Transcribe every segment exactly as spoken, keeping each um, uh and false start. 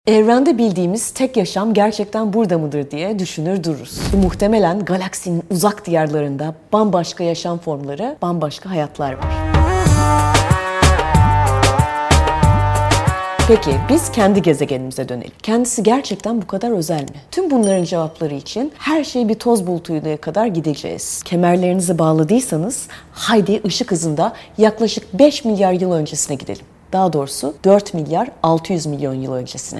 Evrende bildiğimiz tek yaşam gerçekten burada mıdır diye düşünür dururuz. Muhtemelen galaksinin uzak diyarlarında bambaşka yaşam formları, bambaşka hayatlar var. Peki biz kendi gezegenimize dönelim. Kendisi gerçekten bu kadar özel mi? Tüm bunların cevapları için her şey bir toz bulutuyla kadar gideceğiz. Kemerlerinizi bağladıysanız haydi ışık hızında yaklaşık beş milyar yıl öncesine gidelim. Daha doğrusu dört milyar altı yüz milyon yıl öncesine.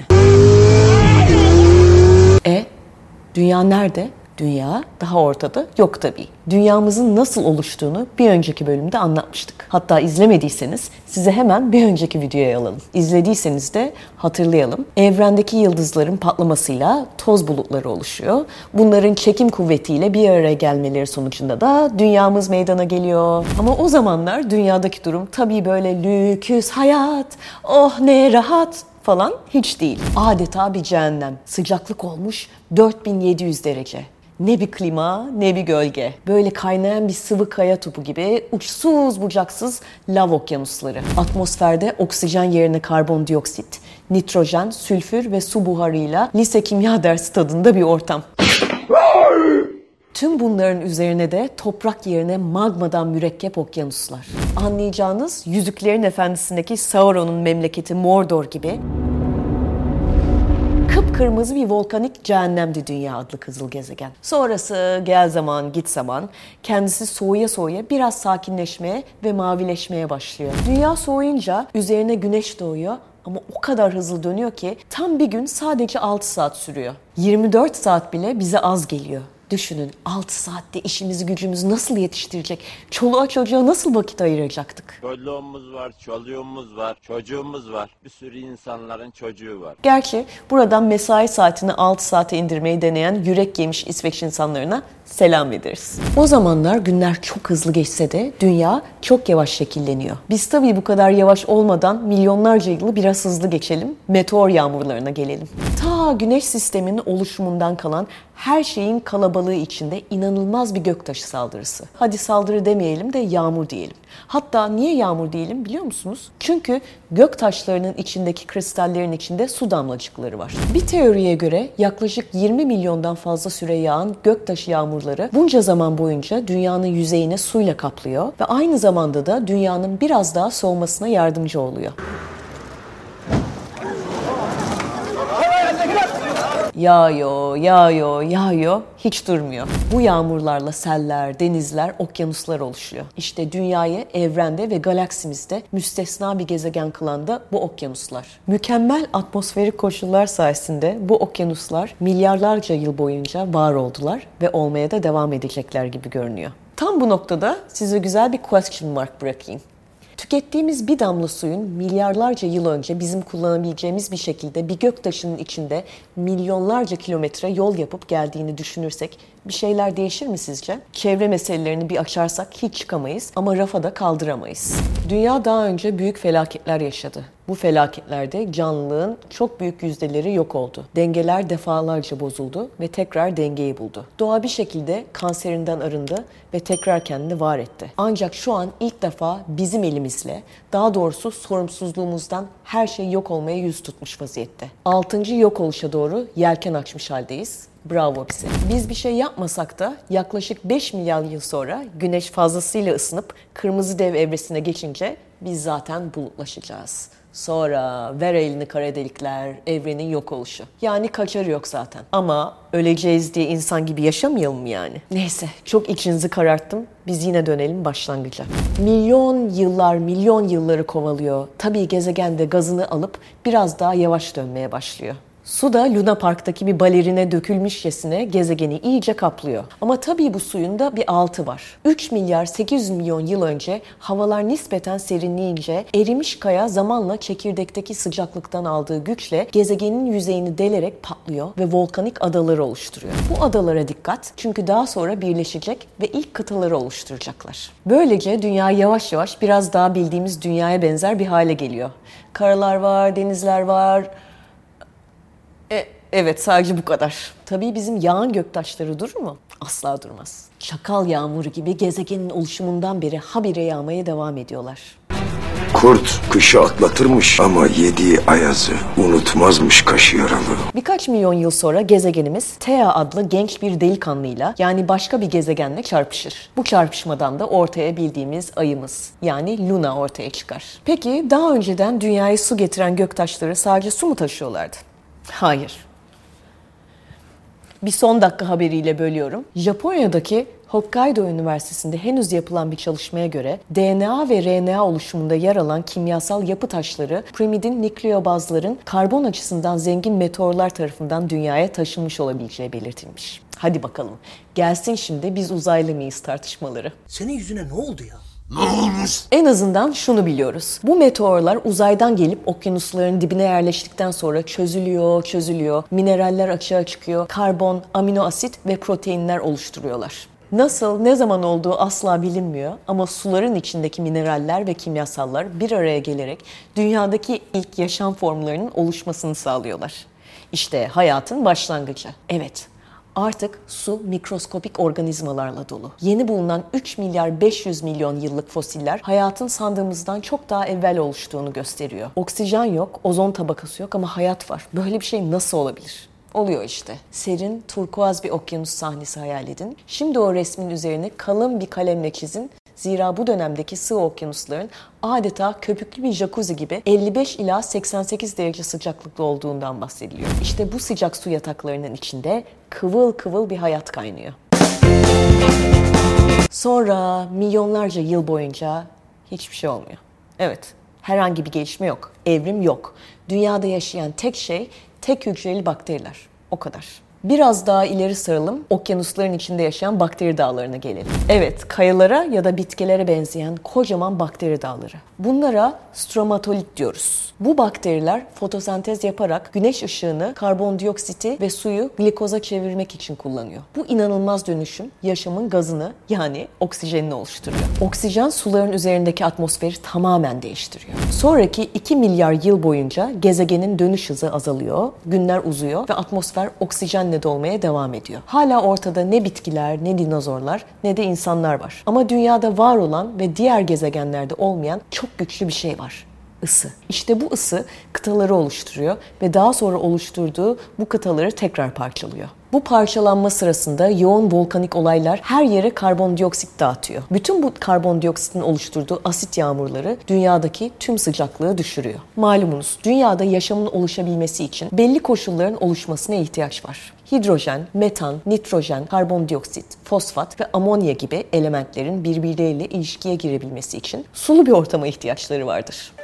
E, dünya nerede? Dünya daha ortada yok tabii. Dünyamızın nasıl oluştuğunu bir önceki bölümde anlatmıştık. Hatta izlemediyseniz size hemen bir önceki videoya alalım. İzlediyseniz de hatırlayalım. Evrendeki yıldızların patlamasıyla toz bulutları oluşuyor. Bunların çekim kuvvetiyle bir araya gelmeleri sonucunda da dünyamız meydana geliyor. Ama o zamanlar dünyadaki durum tabii böyle lüküs hayat, oh ne rahat falan hiç değil. Adeta bir cehennem. Sıcaklık olmuş dört bin yedi yüz derece. Ne bir klima, ne bir gölge. Böyle kaynayan bir sıvı kaya topu gibi uçsuz bucaksız lav okyanusları. Atmosferde oksijen yerine karbondioksit, nitrojen, sülfür ve su buharıyla lise kimya dersi tadında bir ortam. Tüm bunların üzerine de toprak yerine magmadan mürekkep okyanuslar. Anlayacağınız Yüzüklerin Efendisi'ndeki Sauron'un memleketi Mordor gibi kıpkırmızı bir volkanik cehennemdi Dünya adlı kızıl gezegen. Sonrası gel zaman git zaman kendisi soğuya soğuya biraz sakinleşmeye ve mavileşmeye başlıyor. Dünya soğuyunca üzerine güneş doğuyor ama o kadar hızlı dönüyor ki tam bir gün sadece altı saat sürüyor. yirmi dört saat bile bize az geliyor. Düşünün altı saatte işimizi gücümüzü nasıl yetiştirecek? Çoluğa çocuğa nasıl vakit ayıracaktık? Çoluğumuz var, çoluğumuz var, çocuğumuz var. Bir sürü insanların çocuğu var. Gerçi buradan mesai saatini altı saate indirmeyi deneyen yürek yemiş İsveç insanlarına selam ederiz. O zamanlar günler çok hızlı geçse de dünya çok yavaş şekilleniyor. Biz tabii bu kadar yavaş olmadan milyonlarca yılı biraz hızlı geçelim. Meteor yağmurlarına gelelim. Ta Güneş sisteminin oluşumundan kalan her şeyin kalabalığı içinde inanılmaz bir göktaşı saldırısı. Hadi saldırı demeyelim de yağmur diyelim. Hatta niye yağmur diyelim biliyor musunuz? Çünkü göktaşlarının içindeki kristallerin içinde su damlacıkları var. Bir teoriye göre yaklaşık yirmi milyondan fazla süre yağan göktaşı yağmurları bunca zaman boyunca dünyanın yüzeyini suyla kaplıyor ve aynı zamanda da dünyanın biraz daha soğumasına yardımcı oluyor. Yağıyor, yağıyor, yağıyor, hiç durmuyor. Bu yağmurlarla seller, denizler, okyanuslar oluşuyor. İşte dünyayı evrende ve galaksimizde müstesna bir gezegen kılan da bu okyanuslar. Mükemmel atmosferik koşullar sayesinde bu okyanuslar milyarlarca yıl boyunca var oldular ve olmaya da devam edecekler gibi görünüyor. Tam bu noktada size güzel bir question mark bırakayım. Tükettiğimiz bir damla suyun milyarlarca yıl önce bizim kullanabileceğimiz bir şekilde bir göktaşının içinde milyonlarca kilometre yol yapıp geldiğini düşünürsek bir şeyler değişir mi sizce? Çevre meselelerini bir açarsak hiç çıkamayız ama rafa da kaldıramayız. Dünya daha önce büyük felaketler yaşadı. Bu felaketlerde canlılığın çok büyük yüzdeleri yok oldu. Dengeler defalarca bozuldu ve tekrar dengeyi buldu. Doğa bir şekilde kanserinden arındı ve tekrar kendini var etti. Ancak şu an ilk defa bizim elimizle, daha doğrusu sorumsuzluğumuzdan her şey yok olmaya yüz tutmuş vaziyette. Altıncı yok oluşa doğru yelken açmış haldeyiz. Bravo bize. Biz bir şey yapmasak da yaklaşık beş milyar yıl sonra Güneş fazlasıyla ısınıp kırmızı dev evresine geçince biz zaten bulutlaşacağız. Sonra ver elini kara delikler, evrenin yok oluşu. Yani kaçarı yok zaten. Ama öleceğiz diye insan gibi yaşamayalım mı yani? Neyse, çok içinizi kararttım. Biz yine dönelim başlangıca. Milyon yıllar, milyon yılları kovalıyor. Tabii gezegen de gazını alıp biraz daha yavaş dönmeye başlıyor. Su da Luna Park'taki bir balerine dökülmüşçesine gezegeni iyice kaplıyor. Ama tabii bu suyun da bir altı var. üç milyar sekiz yüz milyon yıl önce havalar nispeten serinleyince erimiş kaya zamanla çekirdekteki sıcaklıktan aldığı güçle gezegenin yüzeyini delerek patlıyor ve volkanik adaları oluşturuyor. Bu adalara dikkat çünkü daha sonra birleşecek ve ilk kıtaları oluşturacaklar. Böylece dünya yavaş yavaş biraz daha bildiğimiz dünyaya benzer bir hale geliyor. Karalar var, denizler var. E, evet sadece bu kadar. Tabii bizim yağan göktaşları durur mu? Asla durmaz. Çakal yağmuru gibi gezegenin oluşumundan beri habire yağmaya devam ediyorlar. Kurt kışı atlatırmış ama yediği ayazı unutmazmış kaşı yaralı. Birkaç milyon yıl sonra gezegenimiz Thea adlı genç bir delikanlıyla yani başka bir gezegenle çarpışır. Bu çarpışmadan da ortaya bildiğimiz ayımız yani Luna ortaya çıkar. Peki daha önceden dünyaya su getiren göktaşları sadece su mu taşıyorlardı? Hayır. Bir son dakika haberiyle bölüyorum. Japonya'daki Hokkaido Üniversitesi'nde henüz yapılan bir çalışmaya göre D N A ve R N A oluşumunda yer alan kimyasal yapı taşları pirimidin nükleobazların karbon açısından zengin meteorlar tarafından dünyaya taşınmış olabileceği belirtilmiş. Hadi bakalım. Gelsin şimdi biz uzaylı mıyız tartışmaları. Senin yüzüne ne oldu ya? Ne olmuş? En azından şunu biliyoruz. Bu meteorlar uzaydan gelip okyanusların dibine yerleştikten sonra çözülüyor, çözülüyor. Mineraller açığa çıkıyor. Karbon, amino asit ve proteinler oluşturuyorlar. Nasıl, ne zaman olduğu asla bilinmiyor ama suların içindeki mineraller ve kimyasallar bir araya gelerek dünyadaki ilk yaşam formlarının oluşmasını sağlıyorlar. İşte hayatın başlangıcı. Evet. Artık su mikroskopik organizmalarla dolu. Yeni bulunan üç milyar beş yüz milyon yıllık fosiller hayatın sandığımızdan çok daha evvel oluştuğunu gösteriyor. Oksijen yok, ozon tabakası yok ama hayat var. Böyle bir şey nasıl olabilir? Oluyor işte. Serin, turkuaz bir okyanus sahnesi hayal edin. Şimdi o resmin üzerine kalın bir kalemle çizin. Zira bu dönemdeki sığ okyanusların adeta köpüklü bir jacuzzi gibi elli beş ila seksen sekiz derece sıcaklıkta olduğundan bahsediliyor. İşte bu sıcak su yataklarının içinde kıvıl kıvıl bir hayat kaynıyor. Sonra milyonlarca yıl boyunca hiçbir şey olmuyor. Evet, herhangi bir gelişme yok, evrim yok. Dünyada yaşayan tek şey tek hücreli bakteriler. O kadar. Biraz daha ileri saralım, okyanusların içinde yaşayan bakteri dağlarına gelelim. Evet, kayalara ya da bitkilere benzeyen kocaman bakteri dağları. Bunlara stromatolit diyoruz. Bu bakteriler fotosentez yaparak güneş ışığını, karbondioksiti ve suyu glikoza çevirmek için kullanıyor. Bu inanılmaz dönüşüm yaşamın gazını yani oksijenini oluşturuyor. Oksijen suların üzerindeki atmosferi tamamen değiştiriyor. Sonraki iki milyar yıl boyunca gezegenin dönüş hızı azalıyor, günler uzuyor ve atmosfer oksijenle dolmaya devam ediyor. Hala ortada ne bitkiler, ne dinozorlar, ne de insanlar var. Ama dünyada var olan ve diğer gezegenlerde olmayan çok güçlü bir şey var. Isı. İşte bu ısı kıtaları oluşturuyor ve daha sonra oluşturduğu bu kıtaları tekrar parçalıyor. Bu parçalanma sırasında yoğun volkanik olaylar her yere karbondioksit dağıtıyor. Bütün bu karbondioksitin oluşturduğu asit yağmurları dünyadaki tüm sıcaklığı düşürüyor. Malumunuz dünyada yaşamın oluşabilmesi için belli koşulların oluşmasına ihtiyaç var. Hidrojen, metan, nitrojen, karbondioksit, fosfat ve amonya gibi elementlerin birbirleriyle ilişkiye girebilmesi için sulu bir ortama ihtiyaçları vardır.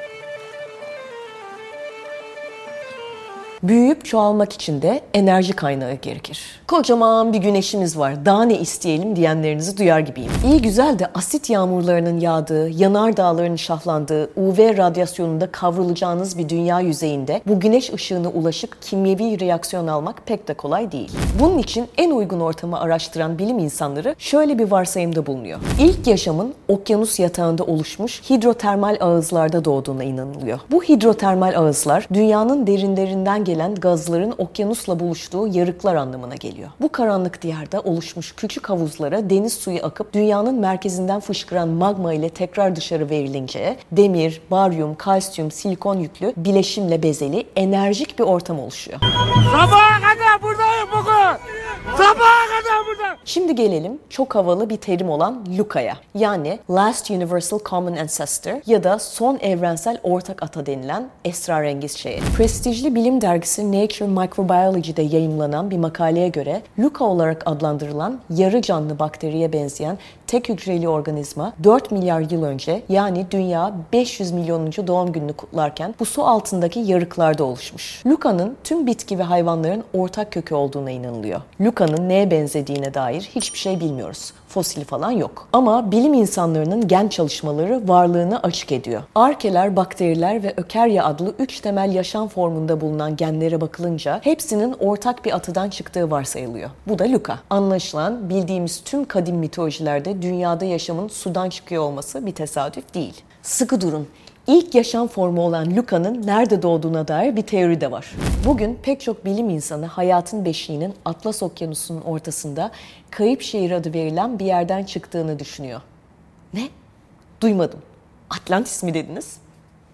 Büyüyüp çoğalmak için de enerji kaynağı gerekir. Kocaman bir güneşimiz var, daha ne isteyelim diyenlerinizi duyar gibiyim. İyi güzel de asit yağmurlarının yağdığı, yanardağların şahlandığı, U V radyasyonunda kavrulacağınız bir dünya yüzeyinde bu güneş ışığına ulaşıp kimyevi reaksiyon almak pek de kolay değil. Bunun için en uygun ortamı araştıran bilim insanları şöyle bir varsayımda bulunuyor. İlk yaşamın okyanus yatağında oluşmuş hidrotermal ağızlarda doğduğuna inanılıyor. Bu hidrotermal ağızlar dünyanın derinlerinden gelen gazların okyanusla buluştuğu yarıklar anlamına geliyor. Bu karanlık diyarda oluşmuş küçük havuzlara deniz suyu akıp dünyanın merkezinden fışkıran magma ile tekrar dışarı verilince demir, baryum, kalsiyum, silikon yüklü bileşimle bezeli enerjik bir ortam oluşuyor. Sabaha kadar buradayım bugün. Sabaha kadar burada. Şimdi gelelim çok havalı bir terim olan LUCA'ya. Yani Last Universal Common Ancestor ya da son evrensel ortak ata denilen esrarengiz şeye. Prestijli bilim dergisi Nature Microbiology'de yayımlanan bir makaleye göre LUCA olarak adlandırılan yarı canlı bakteriye benzeyen tek hücreli organizma dört milyar yıl önce yani dünya beş yüz milyonuncu doğum gününü kutlarken bu su altındaki yarıklarda oluşmuş. LUCA'nın tüm bitki ve hayvanların ortak kökü olduğuna inanılıyor. LUCA'nın neye benzediğine dair hiçbir şey bilmiyoruz. Fosili falan yok. Ama bilim insanlarının gen çalışmaları varlığını açık ediyor. Arkeler, bakteriler ve Ökerya adlı üç temel yaşam formunda bulunan genlere bakılınca hepsinin ortak bir atıdan çıktığı varsayılıyor. Bu da LUCA. Anlaşılan bildiğimiz tüm kadim mitolojilerde dünyada yaşamın sudan çıkıyor olması bir tesadüf değil. Sıkı durun. İlk yaşam formu olan LUCA'nın nerede doğduğuna dair bir teori de var. Bugün pek çok bilim insanı hayatın beşiğinin Atlas Okyanusu'nun ortasında Kayıp Şehir adı verilen bir yerden çıktığını düşünüyor. Ne? Duymadım. Atlantis mi dediniz?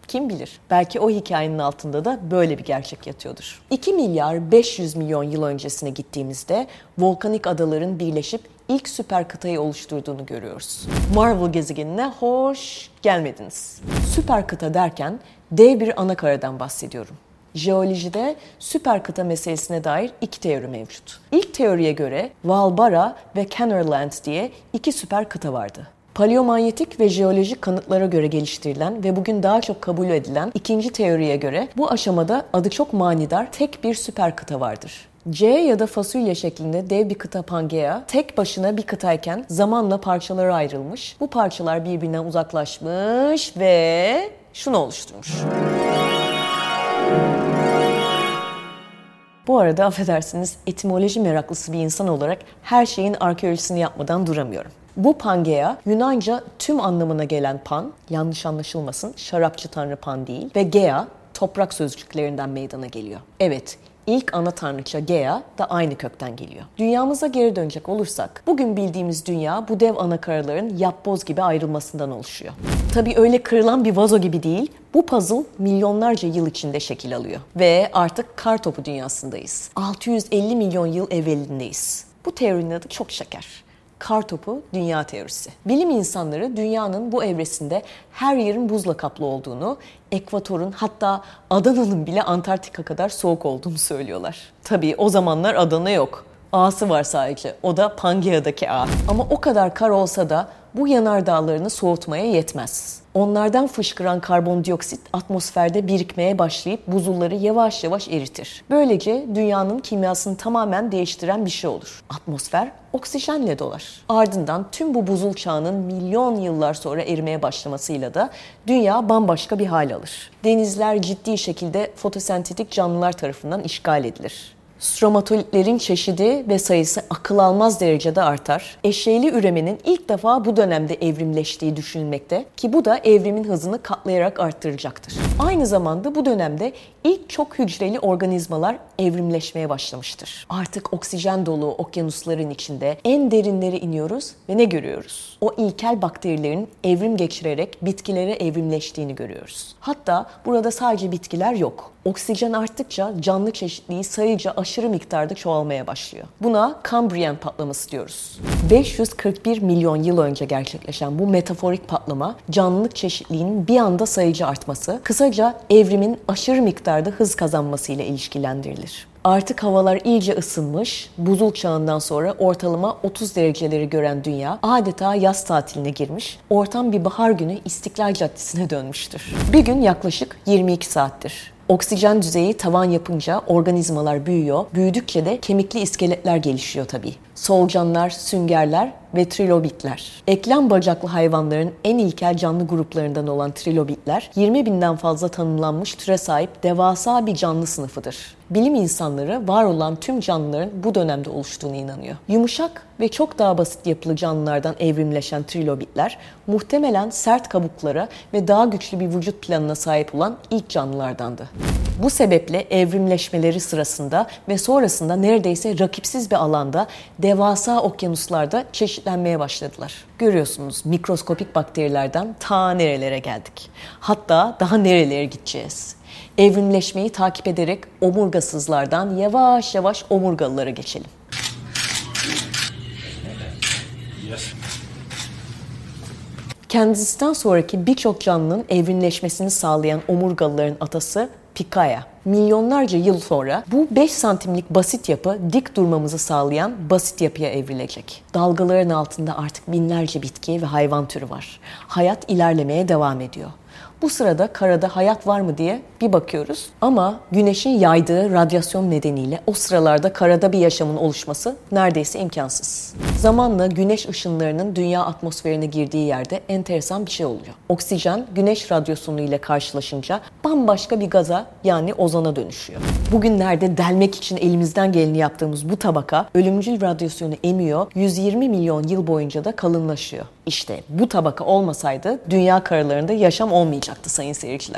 Kim bilir? Belki o hikayenin altında da böyle bir gerçek yatıyordur. iki milyar beş yüz milyon yıl öncesine gittiğimizde volkanik adaların birleşip ilk süper kıtayı oluşturduğunu görüyoruz. Marvel gezegenine hoş gelmediniz. Süper kıta derken dev bir anakaradan bahsediyorum. Jeolojide süper kıta meselesine dair iki teori mevcut. İlk teoriye göre Walbara ve Kennerland diye iki süper kıta vardı. Paleomanyetik ve jeolojik kanıtlara göre geliştirilen ve bugün daha çok kabul edilen ikinci teoriye göre bu aşamada adı çok manidar tek bir süper kıta vardır. C ya da fasulye şeklinde dev bir kıta Pangea tek başına bir kıtayken zamanla parçalara ayrılmış. Bu parçalar birbirinden uzaklaşmış ve şunu oluşturmuş. Bu arada affedersiniz, etimoloji meraklısı bir insan olarak her şeyin arkeolojisini yapmadan duramıyorum. Bu Pangea, Yunanca tüm anlamına gelen pan, yanlış anlaşılmasın, şarapçı tanrı Pan değil, ve Gea, toprak sözcüklerinden meydana geliyor. Evet, ilk ana tanrıça Gea da aynı kökten geliyor. Dünyamıza geri dönecek olursak, bugün bildiğimiz dünya bu dev anakaraların yapboz gibi ayrılmasından oluşuyor. Tabii öyle kırılan bir vazo gibi değil, bu puzzle milyonlarca yıl içinde şekil alıyor. Ve artık kartopu dünyasındayız. altı yüz elli milyon yıl evvelindeyiz. Bu teorinin adı çok şeker. Kartopu dünya teorisi. Bilim insanları dünyanın bu evresinde her yerin buzla kaplı olduğunu, ekvatorun hatta Adana'nın bile Antarktika kadar soğuk olduğunu söylüyorlar. Tabii o zamanlar Adana yok. A'sı var sadece. O da Pangea'daki A. Ama o kadar kar olsa da bu yanardağlarını soğutmaya yetmez. Onlardan fışkıran karbondioksit atmosferde birikmeye başlayıp buzulları yavaş yavaş eritir. Böylece dünyanın kimyasını tamamen değiştiren bir şey olur. Atmosfer oksijenle dolar. Ardından tüm bu buzul çağının milyon yıllar sonra erimeye başlamasıyla da dünya bambaşka bir hal alır. Denizler ciddi şekilde fotosentetik canlılar tarafından işgal edilir. Stromatolitlerin çeşidi ve sayısı akıl almaz derecede artar. Eşeyli üremenin ilk defa bu dönemde evrimleştiği düşünülmekte ki bu da evrimin hızını katlayarak arttıracaktır. Aynı zamanda bu dönemde ilk çok hücreli organizmalar evrimleşmeye başlamıştır. Artık oksijen dolu okyanusların içinde en derinlere iniyoruz ve ne görüyoruz? O ilkel bakterilerin evrim geçirerek bitkilere evrimleştiğini görüyoruz. Hatta burada sadece bitkiler yok. Oksijen arttıkça canlı çeşitliliği sayıca aşırı miktarda çoğalmaya başlıyor. Buna Kambriyen patlaması diyoruz. beş yüz kırk bir milyon yıl önce gerçekleşen bu metaforik patlama, canlılık çeşitliliğinin bir anda sayıca artması, kısaca evrimin aşırı miktarda hız kazanmasıyla ilişkilendirilir. Artık havalar iyice ısınmış, buzul çağından sonra ortalama otuz dereceleri gören dünya adeta yaz tatiline girmiş, ortam bir bahar günü İstiklal Caddesi'ne dönmüştür. Bir gün yaklaşık yirmi iki saattir. Oksijen düzeyi tavan yapınca organizmalar büyüyor, büyüdükçe de kemikli iskeletler gelişiyor tabii. Solucanlar, süngerler ve trilobitler. Eklem bacaklı hayvanların en ilkel canlı gruplarından olan trilobitler, yirmi binden fazla tanımlanmış türe sahip devasa bir canlı sınıfıdır. Bilim insanları var olan tüm canlıların bu dönemde oluştuğuna inanıyor. Yumuşak ve çok daha basit yapılı canlılardan evrimleşen trilobitler, muhtemelen sert kabuklara ve daha güçlü bir vücut planına sahip olan ilk canlılardandı. Bu sebeple evrimleşmeleri sırasında ve sonrasında neredeyse rakipsiz bir alanda devasa okyanuslarda çeşitlenmeye başladılar. Görüyorsunuz, mikroskopik bakterilerden ta nerelere geldik. Hatta daha nerelere gideceğiz. Evrimleşmeyi takip ederek omurgasızlardan yavaş yavaş omurgalılara geçelim. Kendisinden sonraki birçok canlının evrimleşmesini sağlayan omurgalıların atası Pikaya. Milyonlarca yıl sonra bu beş santimlik basit yapı dik durmamızı sağlayan basit yapıya evrilecek. Dalgaların altında artık binlerce bitki ve hayvan türü var. Hayat ilerlemeye devam ediyor. Bu sırada karada hayat var mı diye bir bakıyoruz. Ama güneşin yaydığı radyasyon nedeniyle o sıralarda karada bir yaşamın oluşması neredeyse imkansız. Zamanla güneş ışınlarının dünya atmosferine girdiği yerde enteresan bir şey oluyor. Oksijen güneş radyasyonu ile karşılaşınca bambaşka bir gaza, yani ozona dönüşüyor. Bugünlerde delmek için elimizden geleni yaptığımız bu tabaka ölümcül radyasyonu emiyor, yüz yirmi milyon yıl boyunca da kalınlaşıyor. İşte bu tabaka olmasaydı dünya karalarında yaşam olmayacaktı sayın seyirciler.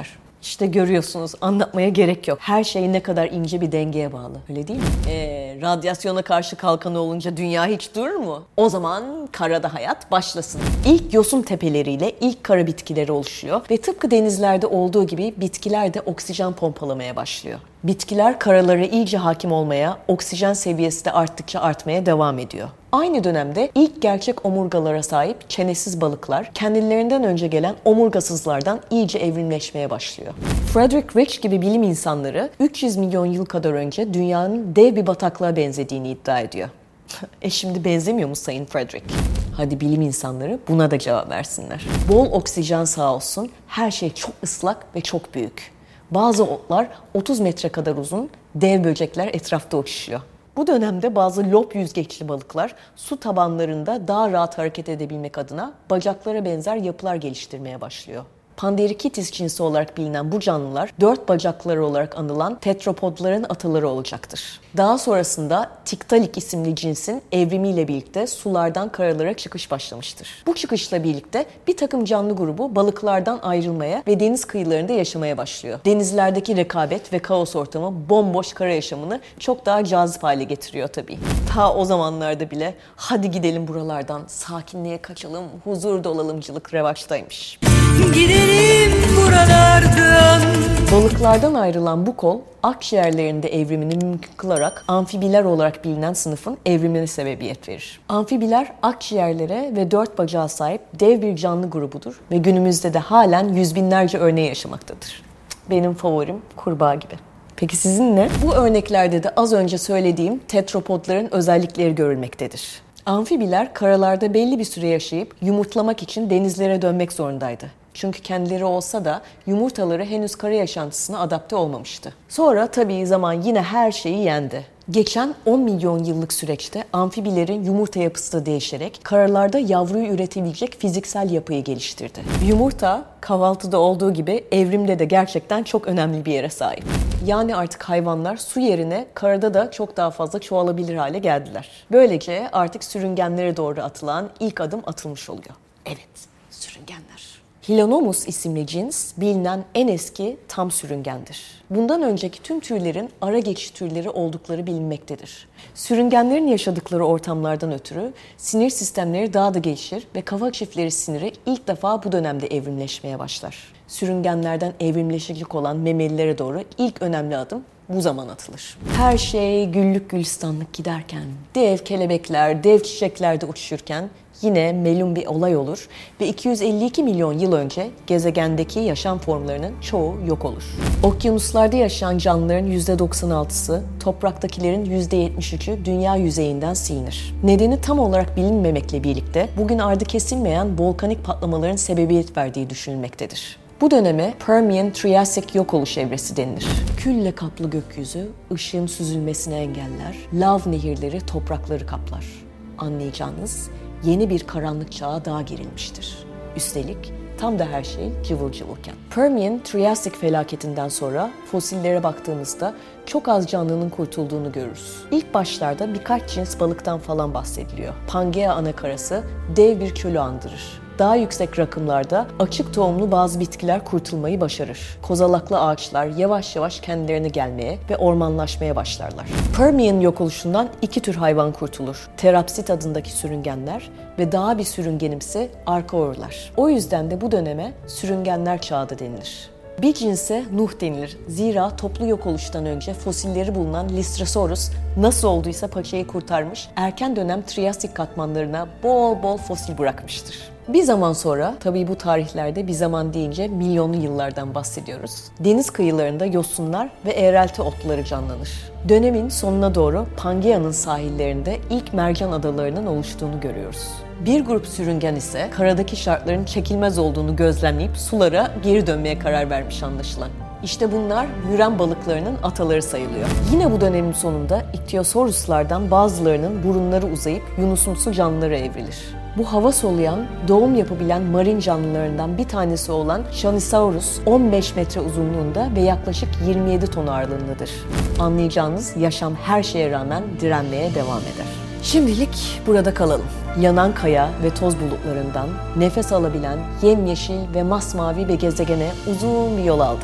İşte görüyorsunuz, anlatmaya gerek yok. Her şey ne kadar ince bir dengeye bağlı. Öyle değil mi? Ee, radyasyona karşı kalkanı olunca dünya hiç durur mu? O zaman karada hayat başlasın. İlk yosun tepeleriyle ilk kara bitkileri oluşuyor ve tıpkı denizlerde olduğu gibi bitkiler de oksijen pompalamaya başlıyor. Bitkiler karalara iyice hakim olmaya, oksijen seviyesi de arttıkça artmaya devam ediyor. Aynı dönemde ilk gerçek omurgalara sahip çenesiz balıklar kendilerinden önce gelen omurgasızlardan iyice evrimleşmeye başlıyor. Frederick Rich gibi bilim insanları üç yüz milyon yıl kadar önce dünyanın dev bir bataklığa benzediğini iddia ediyor. E şimdi benzemiyor mu Sayın Frederick? Hadi bilim insanları buna da cevap versinler. Bol oksijen sağ olsun, her şey çok ıslak ve çok büyük. Bazı otlar otuz metre kadar uzun, dev böcekler etrafta uçuşuyor. Bu dönemde bazı lop yüzgeçli balıklar su tabanlarında daha rahat hareket edebilmek adına bacaklara benzer yapılar geliştirmeye başlıyor. Panderikitis cinsi olarak bilinen bu canlılar dört bacakları olarak anılan tetropodların ataları olacaktır. Daha sonrasında Tiktaalik isimli cinsin evrimiyle birlikte sulardan karalara çıkış başlamıştır. Bu çıkışla birlikte bir takım canlı grubu balıklardan ayrılmaya ve deniz kıyılarında yaşamaya başlıyor. Denizlerdeki rekabet ve kaos ortamı bomboş kara yaşamını çok daha cazip hale getiriyor tabii. Ta o zamanlarda bile hadi gidelim buralardan, sakinliğe kaçalım, huzur dolalımcılık revaçtaymış. Gidelim buralardan. Balıklardan ayrılan bu kol, akciğerlerinde evrimini mümkün kılarak amfibiler olarak bilinen sınıfın evrimine sebebiyet verir. Amfibiler akciğerlere ve dört bacağa sahip dev bir canlı grubudur ve günümüzde de halen yüz binlerce örneği yaşamaktadır. Benim favorim kurbağa gibi. Peki sizin ne? Bu örneklerde de az önce söylediğim tetropodların özellikleri görülmektedir. Amfibiler karalarda belli bir süre yaşayıp yumurtlamak için denizlere dönmek zorundaydı. Çünkü kendileri olsa da yumurtaları henüz kara yaşantısına adapte olmamıştı. Sonra tabii zaman yine her şeyi yendi. Geçen on milyon yıllık süreçte amfibilerin yumurta yapısı da değişerek karalarda yavruyu üretebilecek fiziksel yapıyı geliştirdi. Yumurta kahvaltıda olduğu gibi evrimde de gerçekten çok önemli bir yere sahip. Yani artık hayvanlar su yerine karada da çok daha fazla çoğalabilir hale geldiler. Böylece artık sürüngenlere doğru atılan ilk adım atılmış oluyor. Evet, sürüngenler. Hilanomus isimli cins bilinen en eski tam sürüngendir. Bundan önceki tüm türlerin ara geçiş türleri oldukları bilinmektedir. Sürüngenlerin yaşadıkları ortamlardan ötürü sinir sistemleri daha da gelişir ve kafa çiftleri siniri ilk defa bu dönemde evrimleşmeye başlar. Sürüngenlerden evrimleşecek olan memelilere doğru ilk önemli adım bu zaman atılır. Her şey güllük gülistanlık giderken, dev kelebekler, dev çiçeklerde uçuşurken yine melun bir olay olur ve iki yüz elli iki milyon yıl önce gezegendeki yaşam formlarının çoğu yok olur. Okyanuslarda yaşayan canlıların yüzde doksan altısı, topraktakilerin yüzde yetmiş üçü dünya yüzeyinden silinir. Nedeni tam olarak bilinmemekle birlikte bugün ardı kesilmeyen volkanik patlamaların sebebiyet verdiği düşünülmektedir. Bu döneme Permian-Triassic yok oluş evresi denilir. Külle kaplı gökyüzü ışığın süzülmesini engeller, lav nehirleri toprakları kaplar. Anlayacağınız yeni bir karanlık çağa daha girilmiştir. Üstelik tam da her şey cıvıl cıvılken. Permian-Triassic felaketinden sonra fosillere baktığımızda çok az canlının kurtulduğunu görürüz. İlk başlarda birkaç cins balıktan falan bahsediliyor. Pangea anakarası dev bir çölü andırır. Daha yüksek rakımlarda açık tohumlu bazı bitkiler kurtulmayı başarır. Kozalaklı ağaçlar yavaş yavaş kendilerine gelmeye ve ormanlaşmaya başlarlar. Permian yok oluşundan iki tür hayvan kurtulur. Terapsit adındaki sürüngenler ve daha bir sürüngenimsi arkaorlar. O yüzden de bu döneme sürüngenler çağı da denilir. Bir cinse Nuh denilir. Zira toplu yok oluştan önce fosilleri bulunan Lystrosaurus nasıl olduysa paçayı kurtarmış, erken dönem Triassic katmanlarına bol bol fosil bırakmıştır. Bir zaman sonra, tabii bu tarihlerde bir zaman deyince milyonlu yıllardan bahsediyoruz, deniz kıyılarında yosunlar ve eğrelti otları canlanır. Dönemin sonuna doğru Pangea'nın sahillerinde ilk mercan adalarının oluştuğunu görüyoruz. Bir grup sürüngen ise karadaki şartların çekilmez olduğunu gözlemleyip sulara geri dönmeye karar vermiş anlaşılan. İşte bunlar müren balıklarının ataları sayılıyor. Yine bu dönemin sonunda ichthyosauruslardan bazılarının burunları uzayıp yunusumsu canlılara evrilir. Bu hava soluyan, doğum yapabilen marin canlılarından bir tanesi olan Shanisaurus on beş metre uzunluğunda ve yaklaşık yirmi yedi ton ağırlığındadır. Anlayacağınız yaşam her şeye rağmen direnmeye devam eder. Şimdilik burada kalalım. Yanan kaya ve toz bulutlarından nefes alabilen yemyeşil ve masmavi bir gezegene uzun bir yol aldık.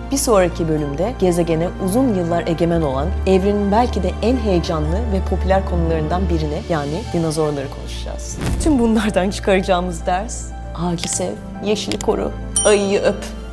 Bir sonraki bölümde gezegene uzun yıllar egemen olan, evrenin belki de en heyecanlı ve popüler konularından birini, yani dinozorları konuşacağız. Tüm bunlardan çıkaracağımız ders, ağacı sev, yeşili koru, ayıyı öp.